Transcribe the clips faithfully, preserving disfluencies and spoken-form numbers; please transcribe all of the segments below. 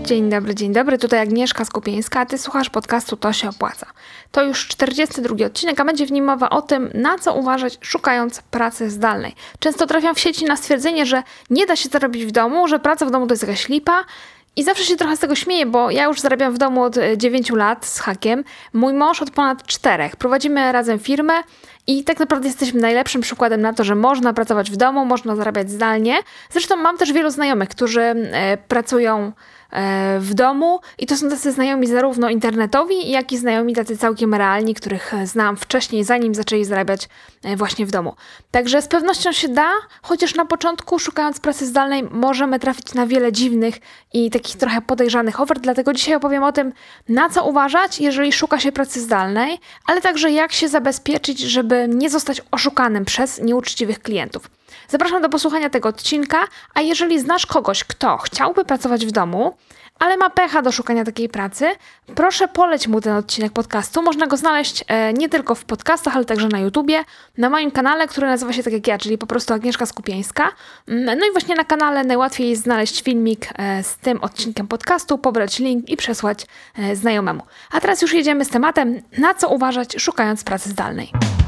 Dzień dobry, dzień dobry, tutaj Agnieszka Skupieńska, a Ty słuchasz podcastu To się opłaca. To już czterdziesty drugi odcinek, a będzie w nim mowa o tym, na co uważać szukając pracy zdalnej. Często trafiam w sieci na stwierdzenie, że nie da się to robić w domu, że praca w domu to jest jakaś lipa. I zawsze się trochę z tego śmieję, bo ja już zarabiam w domu od dziewięciu lat z hakiem, mój mąż od ponad czterech. Prowadzimy razem firmę i tak naprawdę jesteśmy najlepszym przykładem na to, że można pracować w domu, można zarabiać zdalnie. Zresztą mam też wielu znajomych, którzy e, pracują e, w domu i to są tacy znajomi zarówno internetowi, jak i znajomi tacy całkiem realni, których znam wcześniej, zanim zaczęli zarabiać e, właśnie w domu. Także z pewnością się da, chociaż na początku szukając pracy zdalnej możemy trafić na wiele dziwnych i takich trochę podejrzanych ofert, dlatego dzisiaj opowiem o tym, na co uważać, jeżeli szuka się pracy zdalnej, ale także jak się zabezpieczyć, żeby nie zostać oszukanym przez nieuczciwych klientów. Zapraszam do posłuchania tego odcinka, a jeżeli znasz kogoś, kto chciałby pracować w domu, ale ma pecha do szukania takiej pracy, proszę poleć mu ten odcinek podcastu. Można go znaleźć e, nie tylko w podcastach, ale także na YouTubie, na moim kanale, który nazywa się tak jak ja, czyli po prostu Agnieszka Skupieńska. No i właśnie na kanale najłatwiej jest znaleźć filmik e, z tym odcinkiem podcastu, pobrać link i przesłać e, znajomemu. A teraz już jedziemy z tematem, na co uważać szukając pracy zdalnej.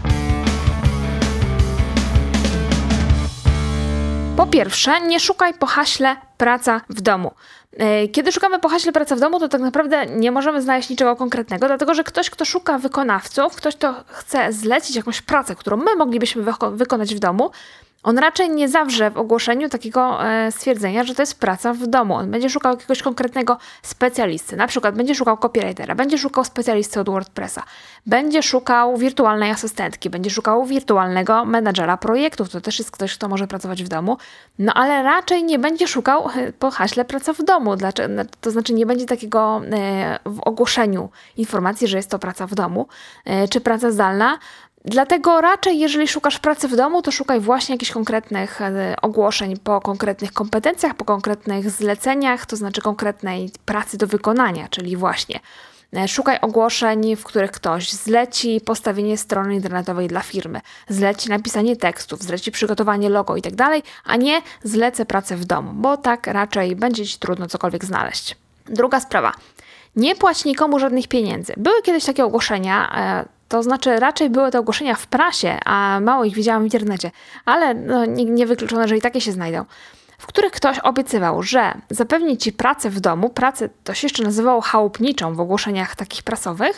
Po pierwsze, nie szukaj po haśle praca w domu. Kiedy szukamy po haśle praca w domu, to tak naprawdę nie możemy znaleźć niczego konkretnego, dlatego że ktoś, kto szuka wykonawców, ktoś, kto chce zlecić jakąś pracę, którą my moglibyśmy wyko- wykonać w domu, on raczej nie zawrze w ogłoszeniu takiego e, stwierdzenia, że to jest praca w domu. On będzie szukał jakiegoś konkretnego specjalisty. Na przykład będzie szukał copywritera, będzie szukał specjalisty od WordPressa, będzie szukał wirtualnej asystentki, będzie szukał wirtualnego menadżera projektów. To też jest ktoś, kto może pracować w domu. No ale raczej nie będzie szukał po haśle praca w domu. Dlaczego? To znaczy nie będzie takiego e, w ogłoszeniu informacji, że jest to praca w domu e, czy praca zdalna. Dlatego raczej, jeżeli szukasz pracy w domu, to szukaj właśnie jakichś konkretnych e, ogłoszeń po konkretnych kompetencjach, po konkretnych zleceniach, to znaczy konkretnej pracy do wykonania, czyli właśnie e, szukaj ogłoszeń, w których ktoś zleci postawienie strony internetowej dla firmy, zleci napisanie tekstów, zleci przygotowanie logo i tak dalej, a nie zlecę pracę w domu, bo tak raczej będzie Ci trudno cokolwiek znaleźć. Druga sprawa. Nie płać nikomu żadnych pieniędzy. Były kiedyś takie ogłoszenia, e, to znaczy raczej były te ogłoszenia w prasie, a mało ich widziałam w internecie, ale no, nie, nie wykluczone, że i takie się znajdą, w których ktoś obiecywał, że zapewni Ci pracę w domu, pracę to się jeszcze nazywało chałupniczą w ogłoszeniach takich prasowych,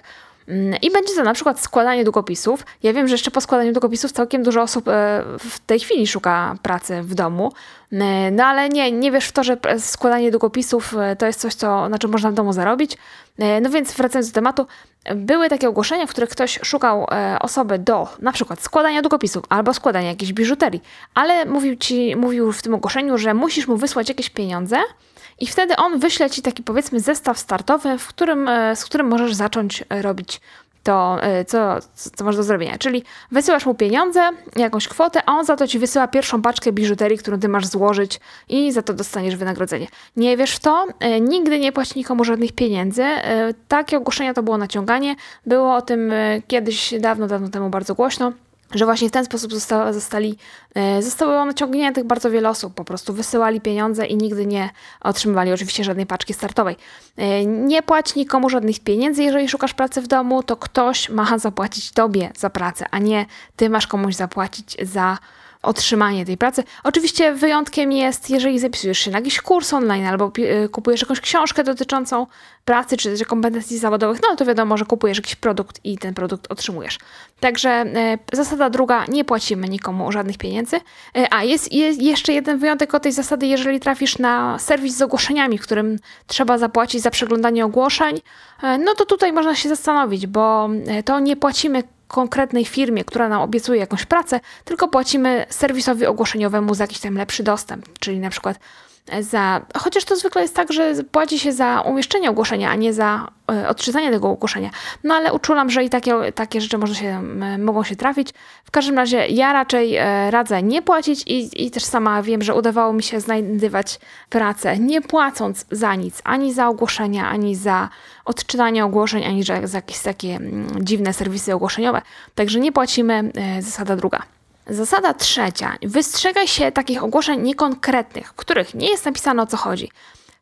i będzie to na przykład składanie długopisów. Ja wiem, że jeszcze po składaniu długopisów całkiem dużo osób w tej chwili szuka pracy w domu, no ale nie, nie wiesz w to, że składanie długopisów to jest coś, co, na czym można w domu zarobić. No więc wracając do tematu, były takie ogłoszenia, w których ktoś szukał osoby do na przykład składania długopisów albo składania jakiejś biżuterii, ale mówił ci, mówił w tym ogłoszeniu, że musisz mu wysłać jakieś pieniądze, i wtedy on wyśle Ci taki, powiedzmy, zestaw startowy, w którym, z którym możesz zacząć robić to, co, co masz do zrobienia. Czyli wysyłasz mu pieniądze, jakąś kwotę, a on za to Ci wysyła pierwszą paczkę biżuterii, którą Ty masz złożyć i za to dostaniesz wynagrodzenie. Nie wiesz w to, nigdy nie płać nikomu żadnych pieniędzy. Takie ogłoszenia to było naciąganie. Było o tym kiedyś, dawno, dawno temu bardzo głośno, że właśnie w ten sposób została, zostali, zostało naciągniętych bardzo wiele osób. Po prostu wysyłali pieniądze i nigdy nie otrzymywali oczywiście żadnej paczki startowej. Nie płać nikomu żadnych pieniędzy. Jeżeli szukasz pracy w domu, to ktoś ma zapłacić Tobie za pracę, a nie Ty masz komuś zapłacić za otrzymanie tej pracy. Oczywiście wyjątkiem jest, jeżeli zapisujesz się na jakiś kurs online albo kupujesz jakąś książkę dotyczącą pracy czy też kompetencji zawodowych, no to wiadomo, że kupujesz jakiś produkt i ten produkt otrzymujesz. Także e, zasada druga, nie płacimy nikomu żadnych pieniędzy. E, a jest, jest jeszcze jeden wyjątek od tej zasady, jeżeli trafisz na serwis z ogłoszeniami, w którym trzeba zapłacić za przeglądanie ogłoszeń, e, no to tutaj można się zastanowić, bo to nie płacimy konkretnej firmie, która nam obiecuje jakąś pracę, tylko płacimy serwisowi ogłoszeniowemu za jakiś tam lepszy dostęp, czyli na przykład za, chociaż to zwykle jest tak, że płaci się za umieszczenie ogłoszenia, a nie za y, odczytanie tego ogłoszenia. No ale uczulam, że i takie, takie rzeczy może się, y, mogą się trafić. W każdym razie ja raczej y, radzę nie płacić i, i też sama wiem, że udawało mi się znajdywać pracę nie płacąc za nic, ani za ogłoszenia, ani za odczytanie ogłoszeń, ani za, za jakieś takie y, dziwne serwisy ogłoszeniowe. Także nie płacimy, y, zasada druga. Zasada trzecia. Wystrzegaj się takich ogłoszeń niekonkretnych, w których nie jest napisane, o co chodzi.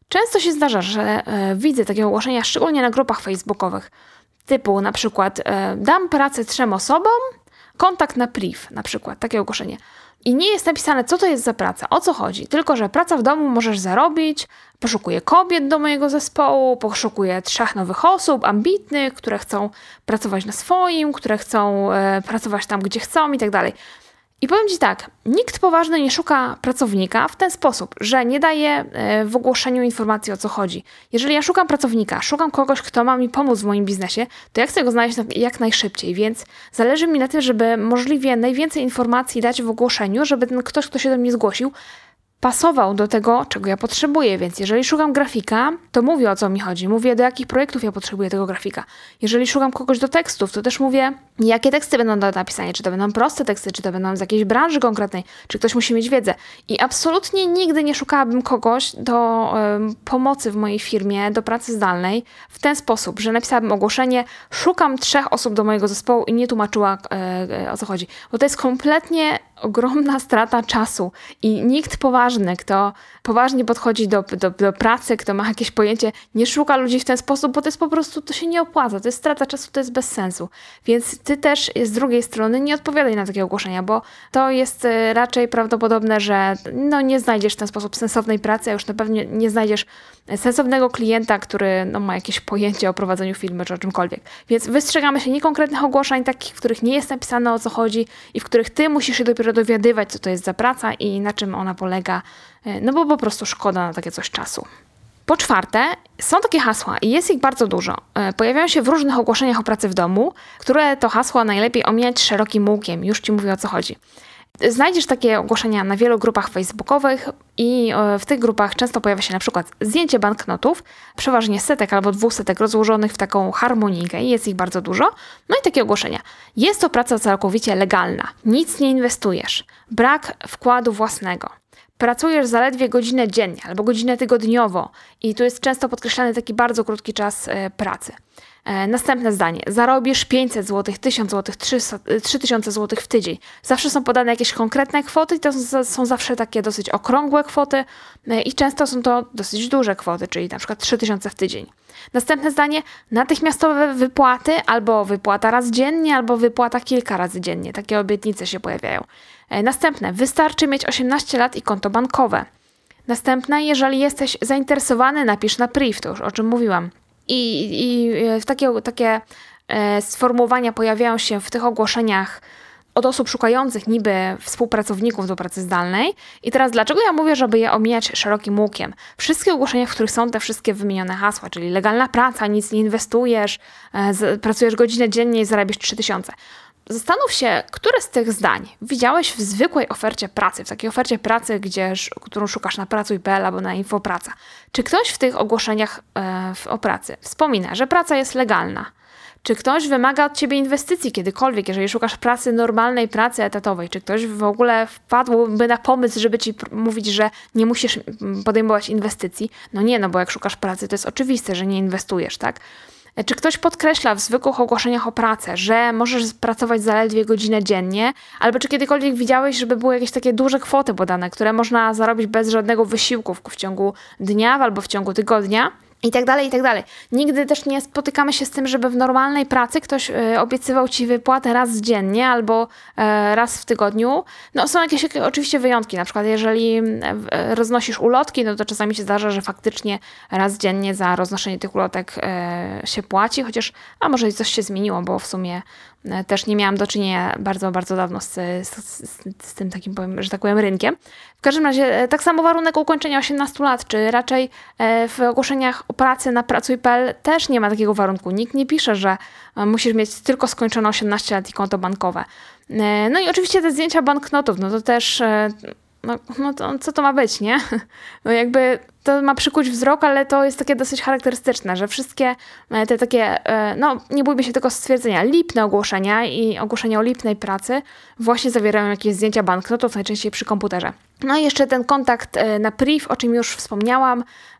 Często się zdarza, że e, widzę takie ogłoszenia, szczególnie na grupach facebookowych, typu na przykład e, dam pracę trzem osobom, kontakt na priv, na przykład, takie ogłoszenie. I nie jest napisane, co to jest za praca, o co chodzi, tylko że praca w domu możesz zarobić, poszukuję kobiet do mojego zespołu, poszukuję trzech nowych osób ambitnych, które chcą pracować na swoim, które chcą e, pracować tam, gdzie chcą i tak dalej. I powiem Ci tak, nikt poważny nie szuka pracownika w ten sposób, że nie daje w ogłoszeniu informacji, o co chodzi. Jeżeli ja szukam pracownika, szukam kogoś, kto ma mi pomóc w moim biznesie, to ja chcę go znaleźć jak najszybciej, więc zależy mi na tym, żeby możliwie najwięcej informacji dać w ogłoszeniu, żeby ten ktoś, kto się do mnie zgłosił, pasował do tego, czego ja potrzebuję, więc jeżeli szukam grafika, to mówię, o co mi chodzi, mówię, do jakich projektów ja potrzebuję tego grafika. Jeżeli szukam kogoś do tekstów, to też mówię, jakie teksty będą do napisania, czy to będą proste teksty, czy to będą z jakiejś branży konkretnej, czy ktoś musi mieć wiedzę. I absolutnie nigdy nie szukałabym kogoś do um, pomocy w mojej firmie, do pracy zdalnej w ten sposób, że napisałabym ogłoszenie, szukam trzech osób do mojego zespołu i nie tłumaczyła, e, e, o co chodzi. Bo to jest kompletnie ogromna strata czasu i nikt poważny, kto poważnie podchodzi do, do, do pracy, kto ma jakieś pojęcie, nie szuka ludzi w ten sposób, bo to jest po prostu, to się nie opłaca, to jest strata czasu, to jest bez sensu. Więc ty też z drugiej strony nie odpowiadaj na takie ogłoszenia, bo to jest raczej prawdopodobne, że no, nie znajdziesz w ten sposób sensownej pracy, a już na pewno nie znajdziesz sensownego klienta, który no, ma jakieś pojęcie o prowadzeniu firmy czy o czymkolwiek. Więc wystrzegamy się niekonkretnych ogłoszeń, takich, w których nie jest napisane, o co chodzi i w których ty musisz się dopiero dowiadywać, co to jest za praca i na czym ona polega, no bo po prostu szkoda na takie coś czasu. Po czwarte, są takie hasła i jest ich bardzo dużo. Pojawiają się w różnych ogłoszeniach o pracy w domu, które to hasła najlepiej omijać szerokim łukiem. Już Ci mówię, o co chodzi. Znajdziesz takie ogłoszenia na wielu grupach facebookowych i w tych grupach często pojawia się na przykład zdjęcie banknotów, przeważnie setek albo dwusetek rozłożonych w taką harmonijkę i jest ich bardzo dużo. No i takie ogłoszenia. Jest to praca całkowicie legalna. Nic nie inwestujesz. Brak wkładu własnego. Pracujesz zaledwie godzinę dziennie albo godzinę tygodniowo i tu jest często podkreślany taki bardzo krótki czas e, pracy. E, następne zdanie. Zarobisz pięćset złotych, tysiąc złotych, trzy tysiące złotych w tydzień. Zawsze są podane jakieś konkretne kwoty i to są, są zawsze takie dosyć okrągłe kwoty e, i często są to dosyć duże kwoty, czyli na przykład trzy tysiące w tydzień. Następne zdanie. Natychmiastowe wypłaty albo wypłata raz dziennie, albo wypłata kilka razy dziennie. Takie obietnice się pojawiają. Następne, wystarczy mieć osiemnaście lat i konto bankowe. Następne, jeżeli jesteś zainteresowany, napisz na priv, to już o czym mówiłam. I, i takie, takie e, sformułowania pojawiają się w tych ogłoszeniach od osób szukających niby współpracowników do pracy zdalnej. I teraz dlaczego ja mówię, żeby je omijać szerokim łukiem? Wszystkie ogłoszenia, w których są te wszystkie wymienione hasła, czyli legalna praca, nic nie inwestujesz, e, z, pracujesz godzinę dziennie i zarabiasz trzy tysiące. Zastanów się, które z tych zdań widziałeś w zwykłej ofercie pracy, w takiej ofercie pracy, gdzie, którą szukasz na pracuj kropka p l albo na Infopraca. Czy ktoś w tych ogłoszeniach e, o pracy wspomina, że praca jest legalna? Czy ktoś wymaga od ciebie inwestycji kiedykolwiek, jeżeli szukasz pracy, normalnej pracy etatowej? Czy ktoś w ogóle wpadłby na pomysł, żeby ci mówić, że nie musisz podejmować inwestycji? No nie, no bo jak szukasz pracy, to jest oczywiste, że nie inwestujesz, tak? Czy ktoś podkreśla w zwykłych ogłoszeniach o pracę, że możesz pracować zaledwie godzinę dziennie? Albo czy kiedykolwiek widziałeś, żeby były jakieś takie duże kwoty podane, które można zarobić bez żadnego wysiłku w ciągu dnia albo w ciągu tygodnia? I tak dalej, i tak dalej. Nigdy też nie spotykamy się z tym, żeby w normalnej pracy ktoś y, obiecywał ci wypłatę raz dziennie albo y, raz w tygodniu. No są jakieś oczywiście wyjątki, na przykład jeżeli y, roznosisz ulotki, no to czasami się zdarza, że faktycznie raz dziennie za roznoszenie tych ulotek y, się płaci, chociaż a może coś się zmieniło, bo w sumie y, też nie miałam do czynienia bardzo, bardzo dawno z, z, z, z tym takim, powiem, że tak powiem, rynkiem. W każdym razie y, tak samo warunek ukończenia osiemnastu lat, czy raczej y, w ogłoszeniach o pracy na pracuj kropka p l też nie ma takiego warunku. Nikt nie pisze, że musisz mieć tylko skończone osiemnaście lat i konto bankowe. No i oczywiście te zdjęcia banknotów, no to też, no, no to, co to ma być, nie? No jakby to ma przykuć wzrok, ale to jest takie dosyć charakterystyczne, że wszystkie te takie, no nie bójmy się tego stwierdzenia, lipne ogłoszenia i ogłoszenia o lipnej pracy właśnie zawierają jakieś zdjęcia banknotów, najczęściej przy komputerze. No i jeszcze ten kontakt na priv, o czym już wspomniałam,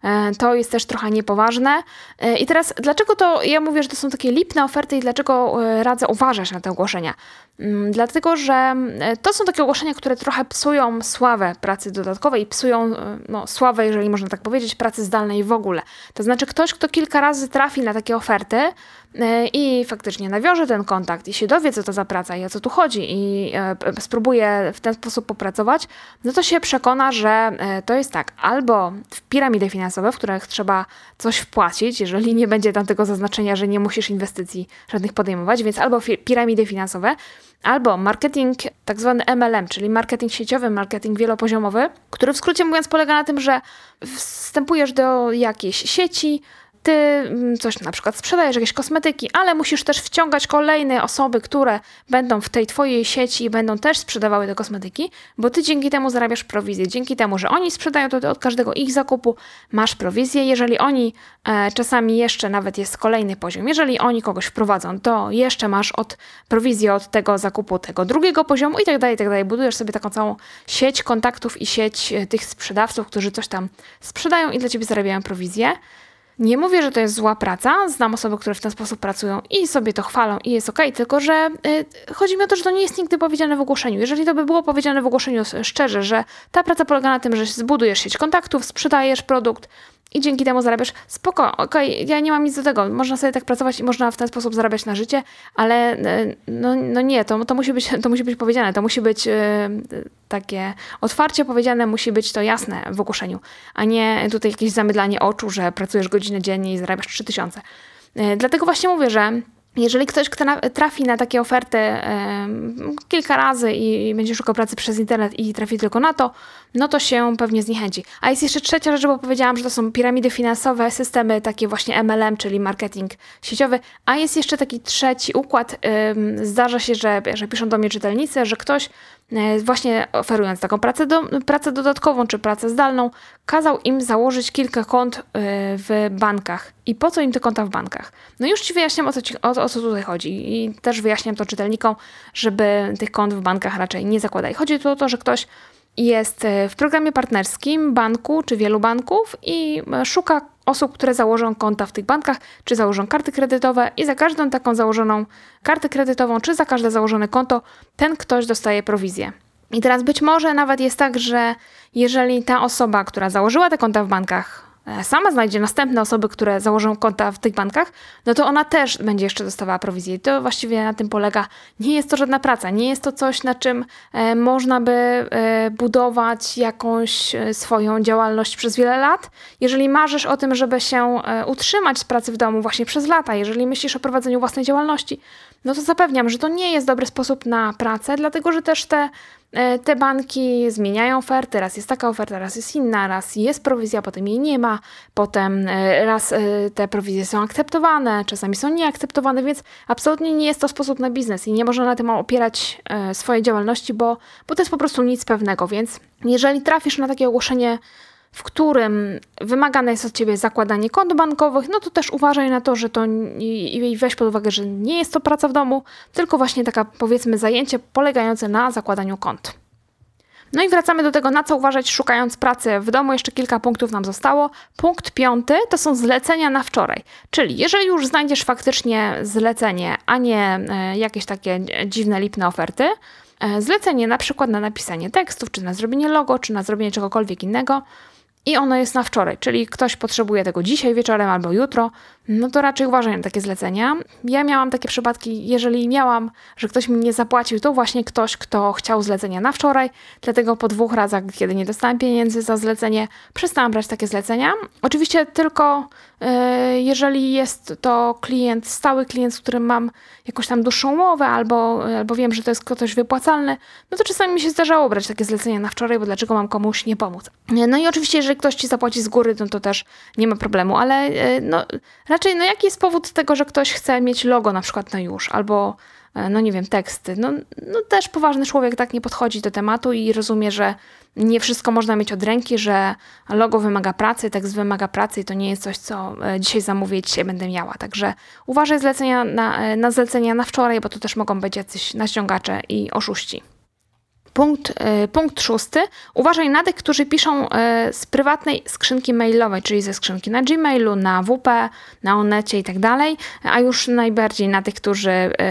to jest też trochę niepoważne. I teraz dlaczego to, ja mówię, że to są takie lipne oferty i dlaczego radzę uważać na te ogłoszenia? Dlatego, że to są takie ogłoszenia, które trochę psują sławę pracy dodatkowej i psują no, sławę, jeżeli można tak powiedzieć, pracy zdalnej w ogóle. To znaczy ktoś, kto kilka razy trafi na takie oferty i faktycznie nawiąże ten kontakt i się dowie, co to za praca i o co tu chodzi i spróbuje w ten sposób popracować, no to się przekona, że to jest tak, albo w piramidy finansowe, w których trzeba coś wpłacić, jeżeli nie będzie tam tego zaznaczenia, że nie musisz inwestycji żadnych podejmować, więc albo piramidy finansowe, albo marketing tak zwany M L M, czyli marketing sieciowy, marketing wielopoziomowy, który w skrócie mówiąc polega na tym, że wstępujesz do jakiejś sieci, ty coś na przykład sprzedajesz, jakieś kosmetyki, ale musisz też wciągać kolejne osoby, które będą w tej twojej sieci i będą też sprzedawały te kosmetyki, bo ty dzięki temu zarabiasz prowizję. Dzięki temu, że oni sprzedają, to ty od każdego ich zakupu masz prowizję. Jeżeli oni, e, czasami jeszcze nawet jest kolejny poziom, jeżeli oni kogoś wprowadzą, to jeszcze masz od prowizję od tego zakupu, tego drugiego poziomu i tak dalej, i tak dalej. Budujesz sobie taką całą sieć kontaktów i sieć tych sprzedawców, którzy coś tam sprzedają i dla ciebie zarabiają prowizję. Nie mówię, że to jest zła praca, znam osoby, które w ten sposób pracują i sobie to chwalą i jest okej, tylko że y, chodzi mi o to, że to nie jest nigdy powiedziane w ogłoszeniu. Jeżeli to by było powiedziane w ogłoszeniu szczerze, że ta praca polega na tym, że zbudujesz sieć kontaktów, sprzedajesz produkt i dzięki temu zarabiasz, spoko, okej, okay, ja nie mam nic do tego, można sobie tak pracować i można w ten sposób zarabiać na życie, ale no, no nie, to, to, musi być, to musi być powiedziane, to musi być yy, takie otwarcie powiedziane, musi być to jasne w ogłoszeniu, a nie tutaj jakieś zamydlanie oczu, że pracujesz godzinę dziennie i zarabiasz trzy tysiące. Yy, dlatego właśnie mówię, że jeżeli ktoś kto na, trafi na takie oferty yy, kilka razy i, i będzie szukał pracy przez internet i trafi tylko na to, no to się pewnie zniechęci. A jest jeszcze trzecia rzecz, bo powiedziałam, że to są piramidy finansowe, systemy takie właśnie M L M, czyli marketing sieciowy, a jest jeszcze taki trzeci układ. Yy, zdarza się, że, że piszą do mnie czytelnicy, że ktoś yy, właśnie oferując taką pracę, do, pracę dodatkową czy pracę zdalną, kazał im założyć kilka kont yy, w bankach. I po co im te konta w bankach? No już ci wyjaśniam, o co, ci, o, o co tutaj chodzi. I też wyjaśniam to czytelnikom, żeby tych kont w bankach raczej nie zakładali. Chodzi tu o to, że ktoś jest w programie partnerskim banku czy wielu banków i szuka osób, które założą konta w tych bankach, czy założą karty kredytowe i za każdą taką założoną kartę kredytową, czy za każde założone konto, ten ktoś dostaje prowizję. I teraz być może nawet jest tak, że jeżeli ta osoba, która założyła te konta w bankach, sama znajdzie następne osoby, które założą konta w tych bankach, no to ona też będzie jeszcze dostawała prowizję. I to właściwie na tym polega. Nie jest to żadna praca, nie jest to coś, na czym e, można by e, budować jakąś e, swoją działalność przez wiele lat. Jeżeli marzysz o tym, żeby się e, utrzymać z pracy w domu właśnie przez lata, jeżeli myślisz o prowadzeniu własnej działalności, no to zapewniam, że to nie jest dobry sposób na pracę, dlatego że też te Te banki zmieniają oferty, raz jest taka oferta, raz jest inna, raz jest prowizja, potem jej nie ma, potem raz te prowizje są akceptowane, czasami są nieakceptowane, więc absolutnie nie jest to sposób na biznes i nie można na tym opierać swojej działalności, bo, bo to jest po prostu nic pewnego, więc jeżeli trafisz na takie ogłoszenie, w którym wymagane jest od ciebie zakładanie kont bankowych, no to też uważaj na to, że to i weź pod uwagę, że nie jest to praca w domu, tylko właśnie taka powiedzmy zajęcie polegające na zakładaniu kont. No i wracamy do tego, na co uważać szukając pracy w domu. Jeszcze kilka punktów nam zostało. Punkt piąty to są zlecenia na wczoraj. Czyli jeżeli już znajdziesz faktycznie zlecenie, a nie jakieś takie dziwne, lipne oferty, zlecenie na przykład na napisanie tekstów, czy na zrobienie logo, czy na zrobienie czegokolwiek innego, i ono jest na wczoraj, czyli ktoś potrzebuje tego dzisiaj wieczorem albo jutro, no to raczej uważaj na takie zlecenia. Ja miałam takie przypadki, jeżeli miałam, że ktoś mi nie zapłacił, to właśnie ktoś, kto chciał zlecenia na wczoraj, dlatego po dwóch razach, kiedy nie dostałam pieniędzy za zlecenie, przestałam brać takie zlecenia. Oczywiście tylko yy, jeżeli jest to klient, stały klient, z którym mam jakąś tam dłuższą umowę, albo, albo wiem, że to jest ktoś wypłacalny, no to czasami mi się zdarzało brać takie zlecenia na wczoraj, bo dlaczego mam komuś nie pomóc. No i oczywiście, jeżeli ktoś ci zapłaci z góry, no to też nie ma problemu, ale yy, no raczej, no jaki jest powód tego, że ktoś chce mieć logo na przykład na już, albo, no nie wiem, teksty. No, no też poważny człowiek tak nie podchodzi do tematu i rozumie, że nie wszystko można mieć od ręki, że logo wymaga pracy, tekst wymaga pracy i to nie jest coś, co dzisiaj zamówię i dzisiaj będę miała. Także uważaj zlecenia na, na zlecenia na wczoraj, bo to też mogą być jacyś naściągacze i oszuści. Punkt, y, punkt szósty. Uważaj na tych, którzy piszą y, z prywatnej skrzynki mailowej, czyli ze skrzynki na Gmailu, na W P, na Onecie i tak dalej, a już najbardziej na tych, którzy y,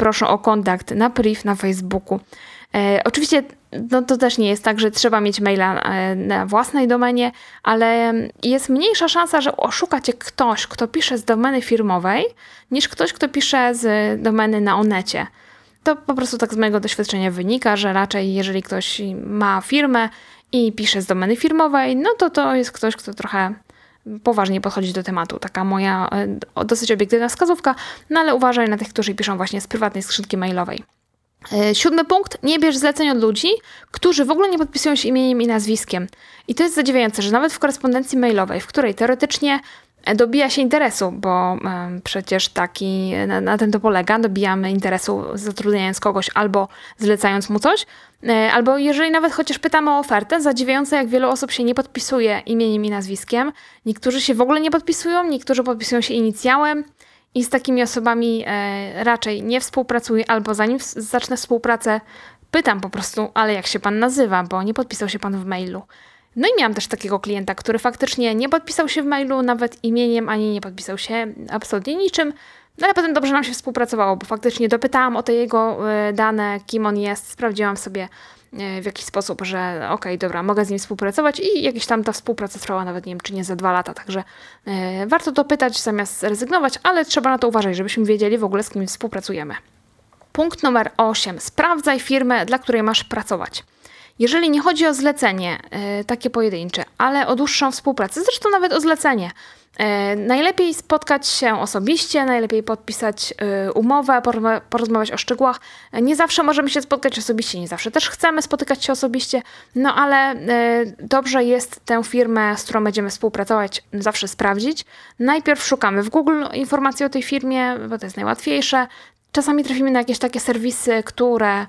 proszą o kontakt na priv na Facebooku. E, oczywiście no to też nie jest tak, że trzeba mieć maila e, na własnej domenie, ale jest mniejsza szansa, że oszuka cię ktoś, kto pisze z domeny firmowej, niż ktoś, kto pisze z domeny na Onecie. To po prostu tak z mojego doświadczenia wynika, że raczej jeżeli ktoś ma firmę i pisze z domeny firmowej, no to to jest ktoś, kto trochę poważnie podchodzi do tematu. Taka moja e, dosyć obiektywna wskazówka, no ale uważaj na tych, którzy piszą właśnie z prywatnej skrzynki mailowej. Siódmy punkt. Nie bierz zleceń od ludzi, którzy w ogóle nie podpisują się imieniem i nazwiskiem. I to jest zadziwiające, że nawet w korespondencji mailowej, w której teoretycznie dobija się interesu, bo y, przecież taki, na, na tym to polega, dobijamy interesu zatrudniając kogoś albo zlecając mu coś, y, albo jeżeli nawet chociaż pytamy o ofertę, zadziwiające jak wielu osób się nie podpisuje imieniem i nazwiskiem. Niektórzy się w ogóle nie podpisują, niektórzy podpisują się inicjałem. I z takimi osobami e, raczej nie współpracuję, albo zanim w, zacznę współpracę, pytam po prostu, ale jak się pan nazywa, bo nie podpisał się pan w mailu. No i miałam też takiego klienta, który faktycznie nie podpisał się w mailu nawet imieniem, ani nie podpisał się absolutnie niczym, no ale potem dobrze nam się współpracowało, bo faktycznie dopytałam o te jego e, dane, kim on jest, sprawdziłam sobie w jakiś sposób, że okej, okay, dobra, mogę z nim współpracować i jakieś tam ta współpraca trwała nawet, nie wiem, czy nie za dwa lata, także e, warto dopytać zamiast rezygnować, ale trzeba na to uważać, żebyśmy wiedzieli w ogóle, z kim współpracujemy. Punkt numer osiem. Sprawdzaj firmę, dla której masz pracować. Jeżeli nie chodzi o zlecenie, e, takie pojedyncze, ale o dłuższą współpracę, zresztą nawet o zlecenie, e, najlepiej spotkać się osobiście, najlepiej podpisać e, umowę, porozmawiać o szczegółach. Nie zawsze możemy się spotkać osobiście, nie zawsze też chcemy spotykać się osobiście, no ale e, dobrze jest tę firmę, z którą będziemy współpracować, zawsze sprawdzić. Najpierw szukamy w Google informacji o tej firmie, bo to jest najłatwiejsze. Czasami trafimy na jakieś takie serwisy, które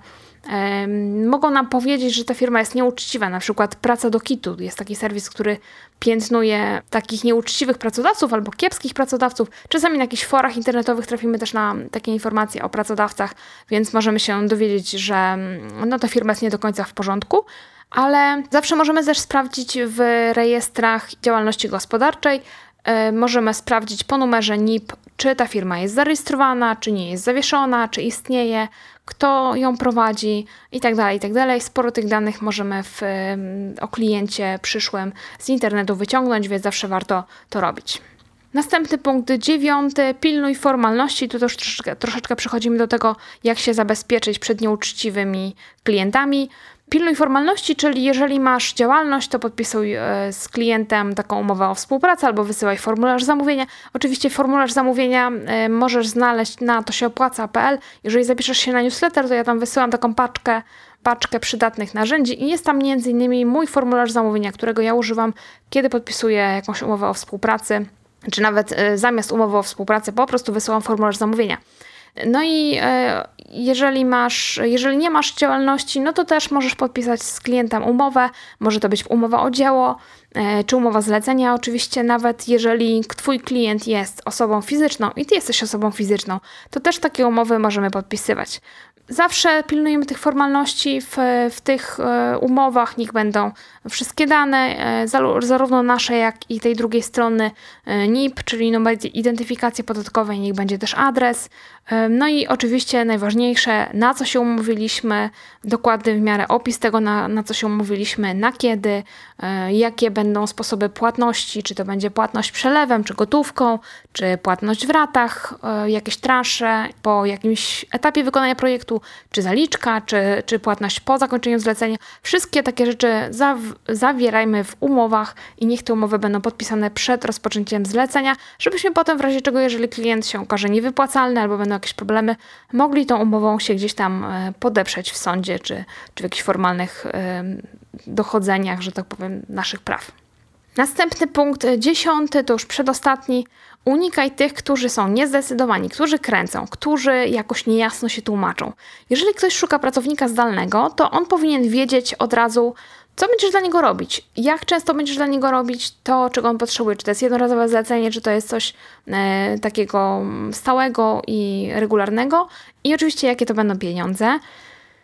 mogą nam powiedzieć, że ta firma jest nieuczciwa, na przykład Praca do Kitu. Jest taki serwis, który piętnuje takich nieuczciwych pracodawców albo kiepskich pracodawców. Czasami na jakichś forach internetowych trafimy też na takie informacje o pracodawcach, więc możemy się dowiedzieć, że no, ta firma jest nie do końca w porządku, ale zawsze możemy też sprawdzić w rejestrach działalności gospodarczej. Możemy sprawdzić po numerze N I P, czy ta firma jest zarejestrowana, czy nie jest zawieszona, czy istnieje, kto ją prowadzi i tak dalej, i tak dalej. Sporo tych danych możemy w, o kliencie przyszłym z internetu wyciągnąć, więc zawsze warto to robić. Następny punkt dziewiąty. Pilnuj formalności. Tu też troszeczkę, troszeczkę przechodzimy do tego, jak się zabezpieczyć przed nieuczciwymi klientami. Pilnuj formalności, czyli jeżeli masz działalność, to podpisuj z klientem taką umowę o współpracę albo wysyłaj formularz zamówienia. Oczywiście formularz zamówienia możesz znaleźć na to się opłaca kropka p l. Jeżeli zapiszesz się na newsletter, to ja tam wysyłam taką paczkę, paczkę przydatnych narzędzi i jest tam między innymi mój formularz zamówienia, którego ja używam, kiedy podpisuję jakąś umowę o współpracy, czy nawet zamiast umowy o współpracy po prostu wysyłam formularz zamówienia. No i e, jeżeli masz, jeżeli nie masz działalności, no to też możesz podpisać z klientem umowę. Może to być umowa o dzieło, e, czy umowa zlecenia. Oczywiście nawet jeżeli twój klient jest osobą fizyczną i ty jesteś osobą fizyczną, to też takie umowy możemy podpisywać. Zawsze pilnujemy tych formalności w, w tych e, umowach, niech będą wszystkie dane, e, zarówno nasze, jak i tej drugiej strony e, N I P, czyli numer identyfikacji podatkowej, niech będzie też adres. E, no i oczywiście najważniejsze, na co się umówiliśmy, dokładny w miarę opis tego, na, na co się umówiliśmy, na kiedy, e, jakie będą sposoby płatności, czy to będzie płatność przelewem, czy gotówką, czy płatność w ratach, e, jakieś transze po jakimś etapie wykonania projektu, czy zaliczka, czy, czy płatność po zakończeniu zlecenia. Wszystkie takie rzeczy zaw- zawierajmy w umowach i niech te umowy będą podpisane przed rozpoczęciem zlecenia, żebyśmy potem w razie czego, jeżeli klient się okaże niewypłacalny albo będą jakieś problemy, mogli tą umową się gdzieś tam podeprzeć w sądzie, czy, czy w jakichś formalnych dochodzeniach, że tak powiem, naszych praw. Następny punkt, dziesiąty, to już przedostatni. Unikaj tych, którzy są niezdecydowani, którzy kręcą, którzy jakoś niejasno się tłumaczą. Jeżeli ktoś szuka pracownika zdalnego, to on powinien wiedzieć od razu, co będziesz dla niego robić, jak często będziesz dla niego robić to, czego on potrzebuje, czy to jest jednorazowe zlecenie, czy to jest coś e, takiego stałego i regularnego i oczywiście jakie to będą pieniądze.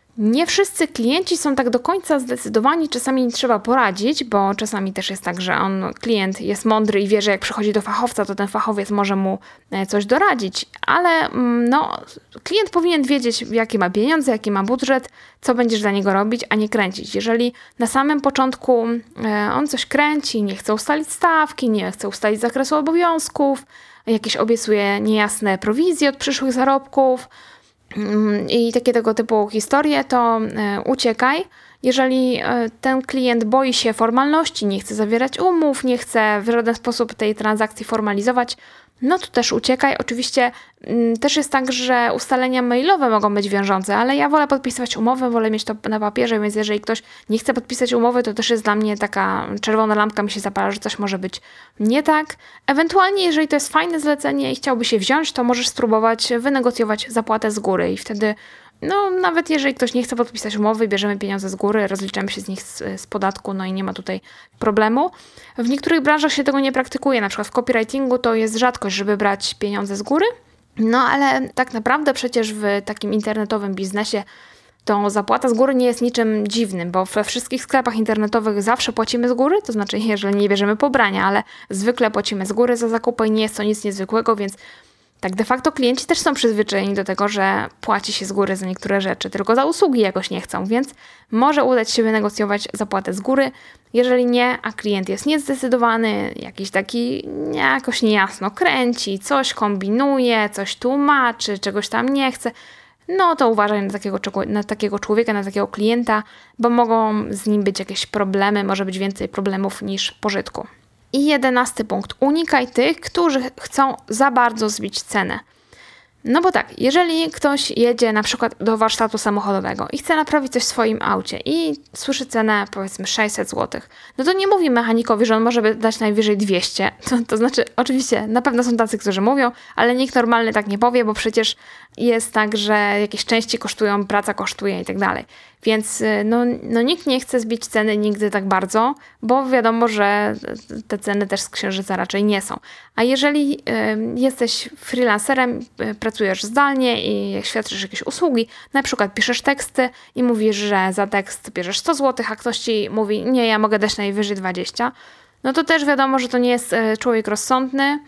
Nie wszyscy klienci są tak do końca zdecydowani, czasami trzeba poradzić, bo czasami też jest tak, że on, klient jest mądry i wie, że jak przychodzi do fachowca, to ten fachowiec może mu coś doradzić, ale no, klient powinien wiedzieć, jakie ma pieniądze, jaki ma budżet, co będziesz dla niego robić, a nie kręcić. Jeżeli na samym początku on coś kręci, nie chce ustalić stawki, nie chce ustalić zakresu obowiązków, jakieś obiecuje niejasne prowizje od przyszłych zarobków, i takie tego typu historie, to uciekaj. Jeżeli ten klient boi się formalności, nie chce zawierać umów, nie chce w żaden sposób tej transakcji formalizować, no to też uciekaj. Oczywiście m, też jest tak, że ustalenia mailowe mogą być wiążące, ale ja wolę podpisywać umowę, wolę mieć to na papierze, więc jeżeli ktoś nie chce podpisać umowy, to też jest dla mnie taka czerwona lampka mi się zapala, że coś może być nie tak. Ewentualnie, jeżeli to jest fajne zlecenie i chciałby się wziąć, to możesz spróbować wynegocjować zapłatę z góry i wtedy no nawet jeżeli ktoś nie chce podpisać umowy, bierzemy pieniądze z góry, rozliczamy się z nich z, z podatku, no i nie ma tutaj problemu. W niektórych branżach się tego nie praktykuje, na przykład w copywritingu to jest rzadkość, żeby brać pieniądze z góry, no ale tak naprawdę przecież w takim internetowym biznesie to zapłata z góry nie jest niczym dziwnym, bo we wszystkich sklepach internetowych zawsze płacimy z góry, to znaczy jeżeli nie bierzemy pobrania, ale zwykle płacimy z góry za zakupy i nie jest to nic niezwykłego, więc tak de facto klienci też są przyzwyczajeni do tego, że płaci się z góry za niektóre rzeczy, tylko za usługi jakoś nie chcą, więc może udać się wynegocjować zapłatę z góry. Jeżeli nie, a klient jest niezdecydowany, jakiś taki jakoś niejasno kręci, coś kombinuje, coś tłumaczy, czegoś tam nie chce, no to uważaj na takiego, na takiego człowieka, na takiego klienta, bo mogą z nim być jakieś problemy, może być więcej problemów niż pożytku. I jedenasty punkt. Unikaj tych, którzy chcą za bardzo zbić cenę. No bo tak, jeżeli ktoś jedzie na przykład do warsztatu samochodowego i chce naprawić coś w swoim aucie i słyszy cenę powiedzmy sześćset złotych, no to nie mówi mechanikowi, że on może dać najwyżej dwieście. To, to znaczy oczywiście na pewno są tacy, którzy mówią, ale nikt normalny tak nie powie, bo przecież jest tak, że jakieś części kosztują, praca kosztuje i tak dalej. Więc no, no nikt nie chce zbić ceny nigdy tak bardzo, bo wiadomo, że te ceny też z księżyca raczej nie są. A jeżeli y, jesteś freelancerem, y, pracujesz zdalnie i świadczysz jakieś usługi, na przykład piszesz teksty i mówisz, że za tekst bierzesz sto złotych, a ktoś ci mówi, nie, ja mogę dać najwyżej dwadzieścia, no to też wiadomo, że to nie jest y, człowiek rozsądny.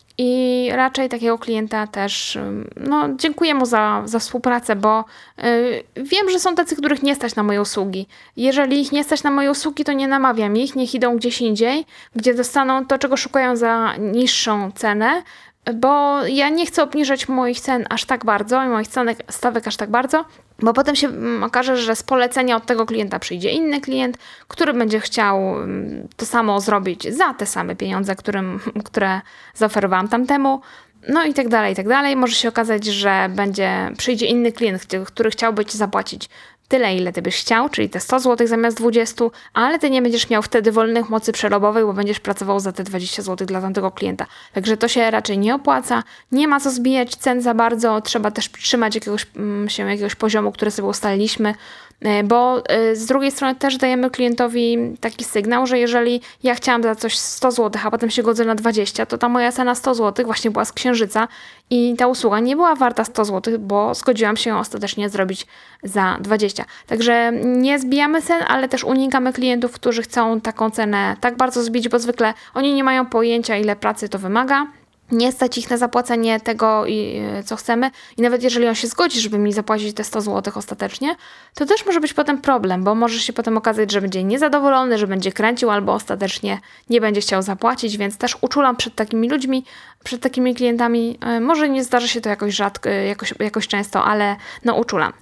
I raczej takiego klienta też, no dziękuję mu za, za współpracę, bo y, wiem, że są tacy, których nie stać na moje usługi. Jeżeli ich nie stać na moje usługi, to nie namawiam ich, niech idą gdzieś indziej, gdzie dostaną to, czego szukają za niższą cenę, bo ja nie chcę obniżać moich cen aż tak bardzo i moich cenek, stawek aż tak bardzo, bo potem się okaże, że z polecenia od tego klienta przyjdzie inny klient, który będzie chciał to samo zrobić za te same pieniądze, którym, które zaoferowałam tamtemu. No i tak dalej, i tak dalej. Może się okazać, że będzie, przyjdzie inny klient, który chciałby ci zapłacić tyle, ile ty byś chciał, czyli te sto złotych zamiast dwadzieścia, ale ty nie będziesz miał wtedy wolnych mocy przerobowych, bo będziesz pracował za te dwadzieścia złotych dla tamtego klienta. Także to się raczej nie opłaca. Nie ma co zbijać cen za bardzo. Trzeba też trzymać jakiegoś, się jakiegoś poziomu, który sobie ustaliliśmy, bo z drugiej strony też dajemy klientowi taki sygnał, że jeżeli ja chciałam za coś sto złotych, a potem się godzę na dwadzieścia, to ta moja cena sto złotych właśnie była z księżyca i ta usługa nie była warta sto złotych, bo zgodziłam się ją ostatecznie zrobić za dwadzieścia. Także nie zbijamy cen, ale też unikamy klientów, którzy chcą taką cenę tak bardzo zbić, bo zwykle oni nie mają pojęcia, ile pracy to wymaga. Nie stać ich na zapłacenie tego, co chcemy i nawet jeżeli on się zgodzi, żeby mi zapłacić te sto złotych ostatecznie, to też może być potem problem, bo może się potem okazać, że będzie niezadowolony, że będzie kręcił albo ostatecznie nie będzie chciał zapłacić, więc też uczulam przed takimi ludźmi, przed takimi klientami. Może nie zdarzy się to jakoś rzadko, jakoś, jakoś często, ale no uczulam.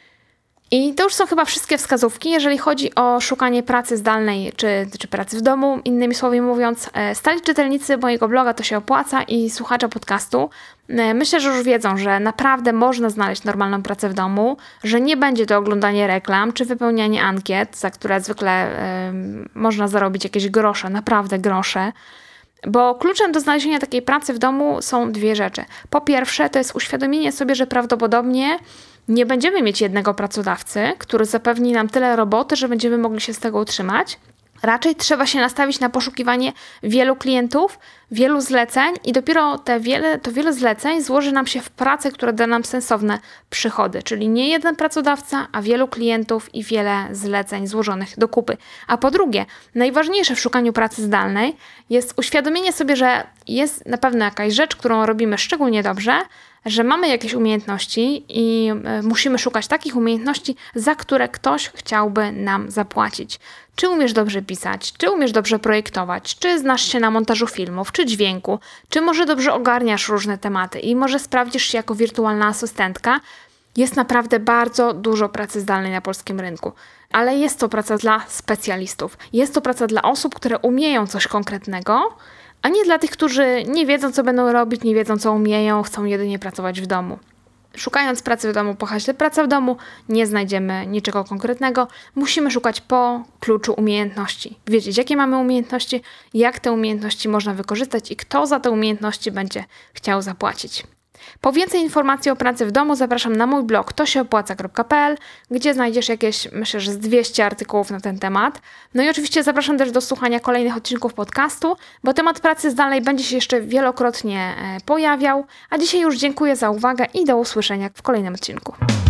I to już są chyba wszystkie wskazówki, jeżeli chodzi o szukanie pracy zdalnej czy, czy pracy w domu. Innymi słowy mówiąc, stali czytelnicy mojego bloga to się opłaca i słuchacze podcastu myślę, że już wiedzą, że naprawdę można znaleźć normalną pracę w domu, że nie będzie to oglądanie reklam czy wypełnianie ankiet, za które zwykle y, można zarobić jakieś grosze, naprawdę grosze. Bo kluczem do znalezienia takiej pracy w domu są dwie rzeczy. Po pierwsze, to jest uświadomienie sobie, że prawdopodobnie nie będziemy mieć jednego pracodawcy, który zapewni nam tyle roboty, że będziemy mogli się z tego utrzymać. Raczej trzeba się nastawić na poszukiwanie wielu klientów, wielu zleceń i dopiero te wiele, to wiele zleceń złoży nam się w pracę, która da nam sensowne przychody. Czyli nie jeden pracodawca, a wielu klientów i wiele zleceń złożonych do kupy. A po drugie, najważniejsze w szukaniu pracy zdalnej jest uświadomienie sobie, że jest na pewno jakaś rzecz, którą robimy szczególnie dobrze, że mamy jakieś umiejętności i musimy szukać takich umiejętności, za które ktoś chciałby nam zapłacić. Czy umiesz dobrze pisać, czy umiesz dobrze projektować, czy znasz się na montażu filmów, czy dźwięku, czy może dobrze ogarniasz różne tematy i może sprawdzisz się jako wirtualna asystentka. Jest naprawdę bardzo dużo pracy zdalnej na polskim rynku, ale jest to praca dla specjalistów. Jest to praca dla osób, które umieją coś konkretnego, a nie dla tych, którzy nie wiedzą, co będą robić, nie wiedzą, co umieją, chcą jedynie pracować w domu. Szukając pracy w domu po haśle praca w domu, nie znajdziemy niczego konkretnego. Musimy szukać po kluczu umiejętności. Wiedzieć, jakie mamy umiejętności, jak te umiejętności można wykorzystać i kto za te umiejętności będzie chciał zapłacić. Po więcej informacji o pracy w domu zapraszam na mój blog to się opłaca kropka p l, gdzie znajdziesz jakieś, myślę, że z dwieście artykułów na ten temat. No i oczywiście zapraszam też do słuchania kolejnych odcinków podcastu, bo temat pracy zdalnej będzie się jeszcze wielokrotnie pojawiał. A dzisiaj już dziękuję za uwagę i do usłyszenia w kolejnym odcinku.